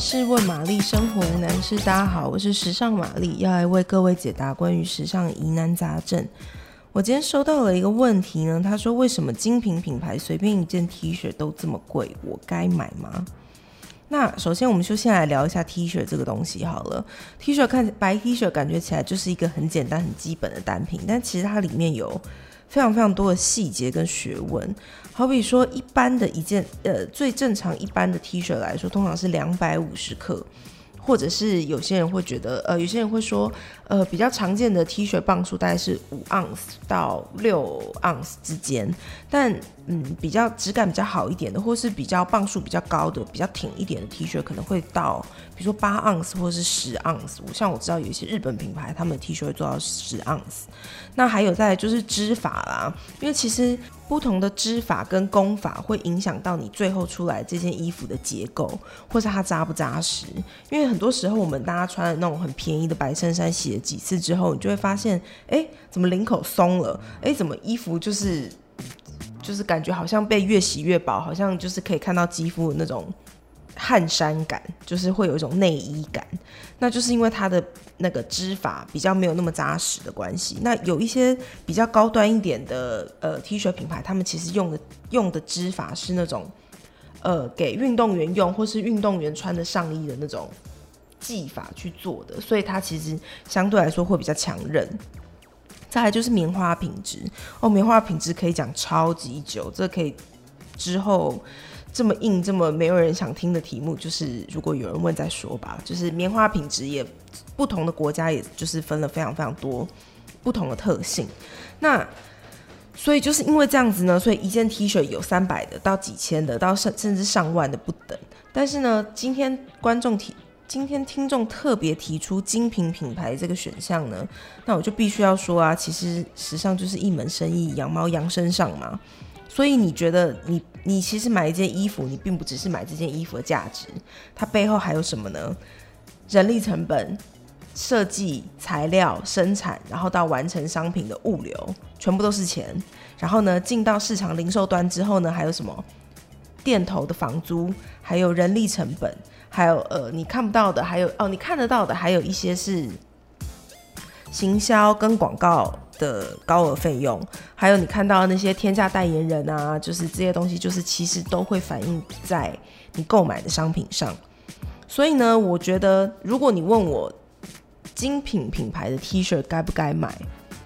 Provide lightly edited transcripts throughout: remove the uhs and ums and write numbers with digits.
试问玛丽，生活无难事。大家好，我是时尚玛丽，要来为各位解答关于时尚疑难杂症。我今天收到了一个问题呢，他说为什么精品品牌随便一件 T 恤都这么贵，我该买吗？那首先我们就先来聊一下 T 恤这个东西好了。T 恤白 T 恤感觉起来就是一个很简单很基本的单品，但其实它里面有非常非常多的细节跟学问。好比说一般的一件最正常一般的 T 恤来说，通常是250克，或者是有些人会觉得有些人会说比较常见的 T 恤磅数大概是5盎司到6盎司之间，但比较质感比较好一点的，或是比较磅数比较高的比较挺一点的 T 恤可能会到比如说8盎司或是10盎司。像我知道有一些日本品牌他们的 T 恤会做到10盎司。那还有再来就是织法啦，因为其实不同的织法跟工法会影响到你最后出来这件衣服的结构，或是它扎不扎实。因为很多时候我们大家穿的那种很便宜的白衬衫，洗了几次之后，你就会发现，怎么领口松了？怎么衣服就是感觉好像被越洗越薄，好像就是可以看到肌肤的那种汗衫感，就是会有一种内衣感。那就是因为它的那个织法比较没有那么扎实的关系。那有一些比较高端一点的T 恤品牌，他们其实用的织法是那种给运动员用或是运动员穿的上衣的那种技法去做的，所以它其实相对来说会比较强韧。再来就是棉花品质棉花品质可以讲超级久，这可以之后这么硬这么没有人想听的题目，就是如果有人问再说吧。就是棉花品质也不同的国家也就是分了非常非常多不同的特性。那所以就是因为这样子呢，所以一件 T 恤有300的到几千的到甚至上万的不等。但是呢，今天听众特别提出精品品牌这个选项呢，那我就必须要说啊，其实时尚就是一门生意，羊毛羊身上嘛。所以你觉得你其实买一件衣服，你并不只是买这件衣服的价值，它背后还有什么呢？人力成本、设计、材料、生产，然后到完成商品的物流，全部都是钱。然后呢，进到市场零售端之后呢，还有什么？店头的房租，还有人力成本，还有你看不到的，还有你看得到的，还有一些是行销跟广告的高额费用，还有你看到的那些天价代言人啊，就是这些东西，就是其实都会反映在你购买的商品上。所以呢，我觉得如果你问我精品品牌的 T 恤该不该买，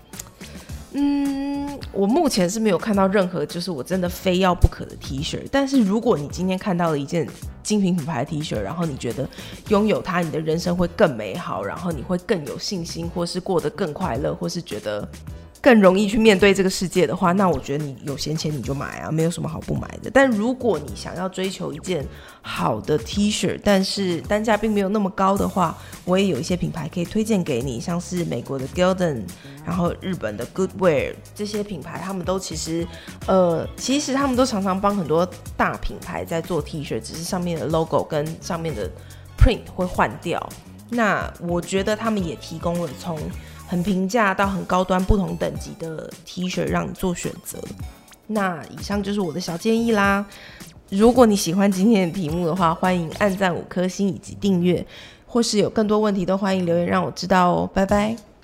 我目前是没有看到任何就是我真的非要不可的 T 恤。但是如果你今天看到了一件精品品牌的 T 恤，然后你觉得拥有它，你的人生会更美好，然后你会更有信心，或是过得更快乐，或是觉得更容易去面对这个世界的话，那我觉得你有闲钱你就买啊，没有什么好不买的。但如果你想要追求一件好的 T 恤，但是单价并没有那么高的话，我也有一些品牌可以推荐给你，像是美国的 Gildan， 然后日本的 Goodwear， 这些品牌他们都其实他们都常常帮很多大品牌在做 T 恤，只是上面的 logo 跟上面的 print 会换掉。那我觉得他们也提供了从很平价到很高端不同等级的 T 恤让你做选择。那以上就是我的小建议啦。如果你喜欢今天的题目的话，欢迎按赞5颗星以及订阅，或是有更多问题都欢迎留言让我知道哦。拜拜。